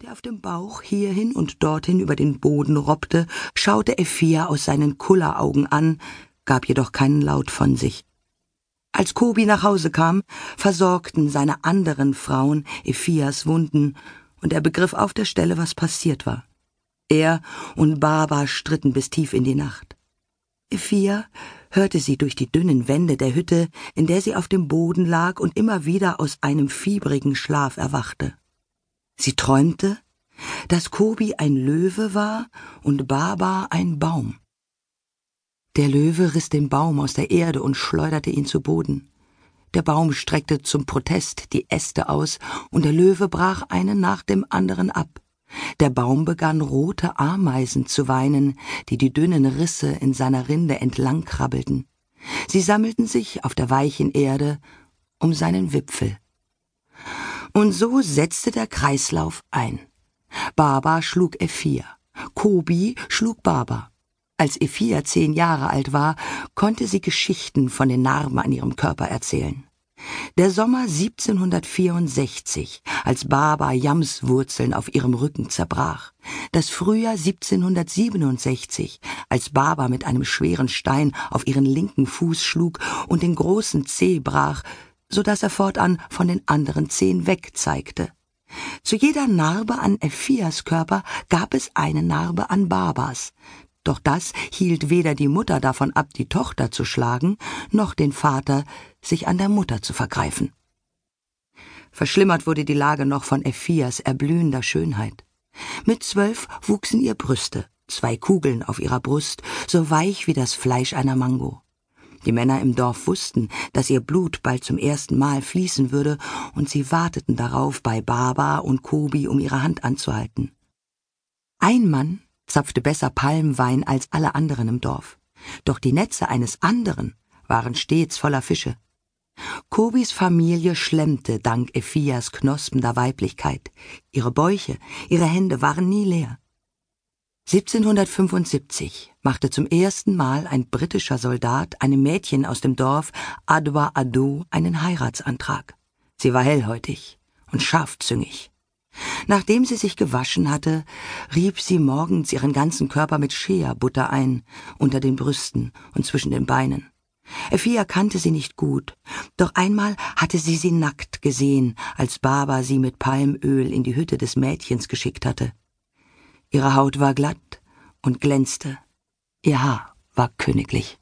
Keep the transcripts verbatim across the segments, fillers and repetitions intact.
auf dem Bauch hierhin und dorthin über den Boden robbte, schaute Ephia aus seinen Kulleraugen an, gab jedoch keinen Laut von sich. Als Kobi nach Hause kam, versorgten seine anderen Frauen Ephias Wunden, und er begriff auf der Stelle, was passiert war. Er und Baba stritten bis tief in die Nacht. Ephia hörte sie durch die dünnen Wände der Hütte, in der sie auf dem Boden lag und immer wieder aus einem fiebrigen Schlaf erwachte. Sie träumte, dass Kobi ein Löwe war und Baba ein Baum. Der Löwe riss den Baum aus der Erde und schleuderte ihn zu Boden. Der Baum streckte zum Protest die Äste aus, und der Löwe brach einen nach dem anderen ab. Der Baum begann rote Ameisen zu weinen, die die dünnen Risse in seiner Rinde entlang krabbelten. Sie sammelten sich auf der weichen Erde um seinen Wipfel. Und so setzte der Kreislauf ein. Baba schlug Ephia, Kobi schlug Baba. Als Ephia zehn Jahre alt war, konnte sie Geschichten von den Narben an ihrem Körper erzählen. Der Sommer siebzehnhundertvierundsechzig, als Baba Jamswurzeln auf ihrem Rücken zerbrach. Das Frühjahr siebzehnhundertsiebenundsechzig, als Baba mit einem schweren Stein auf ihren linken Fuß schlug und den großen Zeh brach, so dass er fortan von den anderen Zehen wegzeigte. Zu jeder Narbe an Ephias Körper gab es eine Narbe an Babas. Doch das hielt weder die Mutter davon ab, die Tochter zu schlagen, noch den Vater, sich an der Mutter zu vergreifen. Verschlimmert wurde die Lage noch von Ephias erblühender Schönheit. Mit zwölf wuchsen ihr Brüste, zwei Kugeln auf ihrer Brust, so weich wie das Fleisch einer Mango. Die Männer im Dorf wussten, dass ihr Blut bald zum ersten Mal fließen würde, und sie warteten darauf, bei Baba und Kobi um ihre Hand anzuhalten. Ein Mann zapfte besser Palmwein als alle anderen im Dorf, doch die Netze eines anderen waren stets voller Fische. Kobis Familie schlemmte dank Ephias knospender Weiblichkeit. Ihre Bäuche, ihre Hände waren nie leer. siebzehnhundertfünfundsiebzig machte zum ersten Mal ein britischer Soldat einem Mädchen aus dem Dorf Adwa Ado einen Heiratsantrag. Sie war hellhäutig und scharfzüngig. Nachdem sie sich gewaschen hatte, rieb sie morgens ihren ganzen Körper mit Shea-Butter ein, unter den Brüsten und zwischen den Beinen. Ephia kannte sie nicht gut, doch einmal hatte sie sie nackt gesehen, als Baba sie mit Palmöl in die Hütte des Mädchens geschickt hatte. Ihre Haut war glatt und glänzte, ihr Haar war königlich.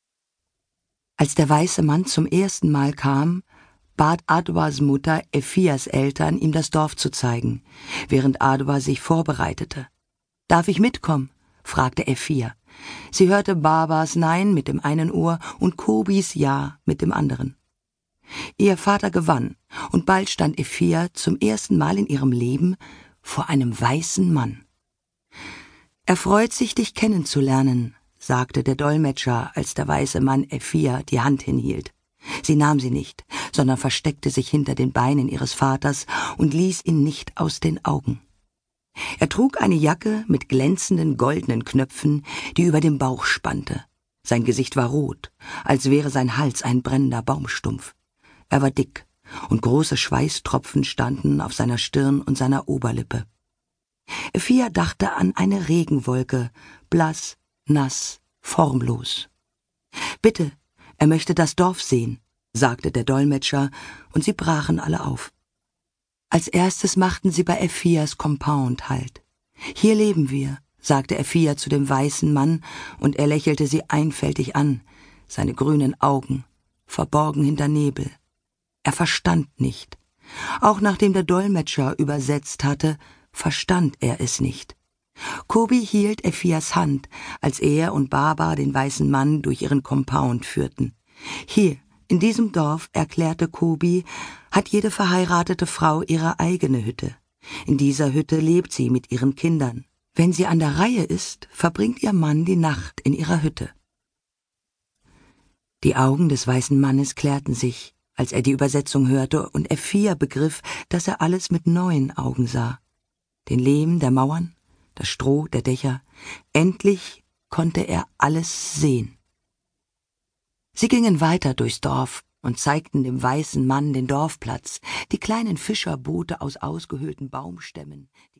Als der weiße Mann zum ersten Mal kam, bat Adwas Mutter Ephias Eltern, ihm das Dorf zu zeigen, während Adwa sich vorbereitete. »Darf ich mitkommen?« fragte Ephia. Sie hörte Babas Nein mit dem einen Ohr und Kobis Ja mit dem anderen. Ihr Vater gewann, und bald stand Ephia zum ersten Mal in ihrem Leben vor einem weißen Mann. »Er freut sich, dich kennenzulernen«, sagte der Dolmetscher, als der weiße Mann Ephia die Hand hinhielt. Sie nahm sie nicht, sondern versteckte sich hinter den Beinen ihres Vaters und ließ ihn nicht aus den Augen. Er trug eine Jacke mit glänzenden goldenen Knöpfen, die über dem Bauch spannte. Sein Gesicht war rot, als wäre sein Hals ein brennender Baumstumpf. Er war dick, und große Schweißtropfen standen auf seiner Stirn und seiner Oberlippe. Ephia dachte an eine Regenwolke, blass, nass, formlos. »Bitte, er möchte das Dorf sehen«, sagte der Dolmetscher, und sie brachen alle auf. Als erstes machten sie bei Ephias Compound Halt. »Hier leben wir«, sagte Ephia zu dem weißen Mann, und er lächelte sie einfältig an, seine grünen Augen, verborgen hinter Nebel. Er verstand nicht. Auch nachdem der Dolmetscher übersetzt hatte, verstand er es nicht. Kobi hielt Ephias Hand, als er und Baba den weißen Mann durch ihren Compound führten. Hier, in diesem Dorf, erklärte Kobi, hat jede verheiratete Frau ihre eigene Hütte. In dieser Hütte lebt sie mit ihren Kindern. Wenn sie an der Reihe ist, verbringt ihr Mann die Nacht in ihrer Hütte. Die Augen des weißen Mannes klärten sich, als er die Übersetzung hörte, und Ephia begriff, dass er alles mit neuen Augen sah. Den Lehm der Mauern, das Stroh der Dächer. Endlich konnte er alles sehen. Sie gingen weiter durchs Dorf und zeigten dem weißen Mann den Dorfplatz, die kleinen Fischerboote aus ausgehöhlten Baumstämmen,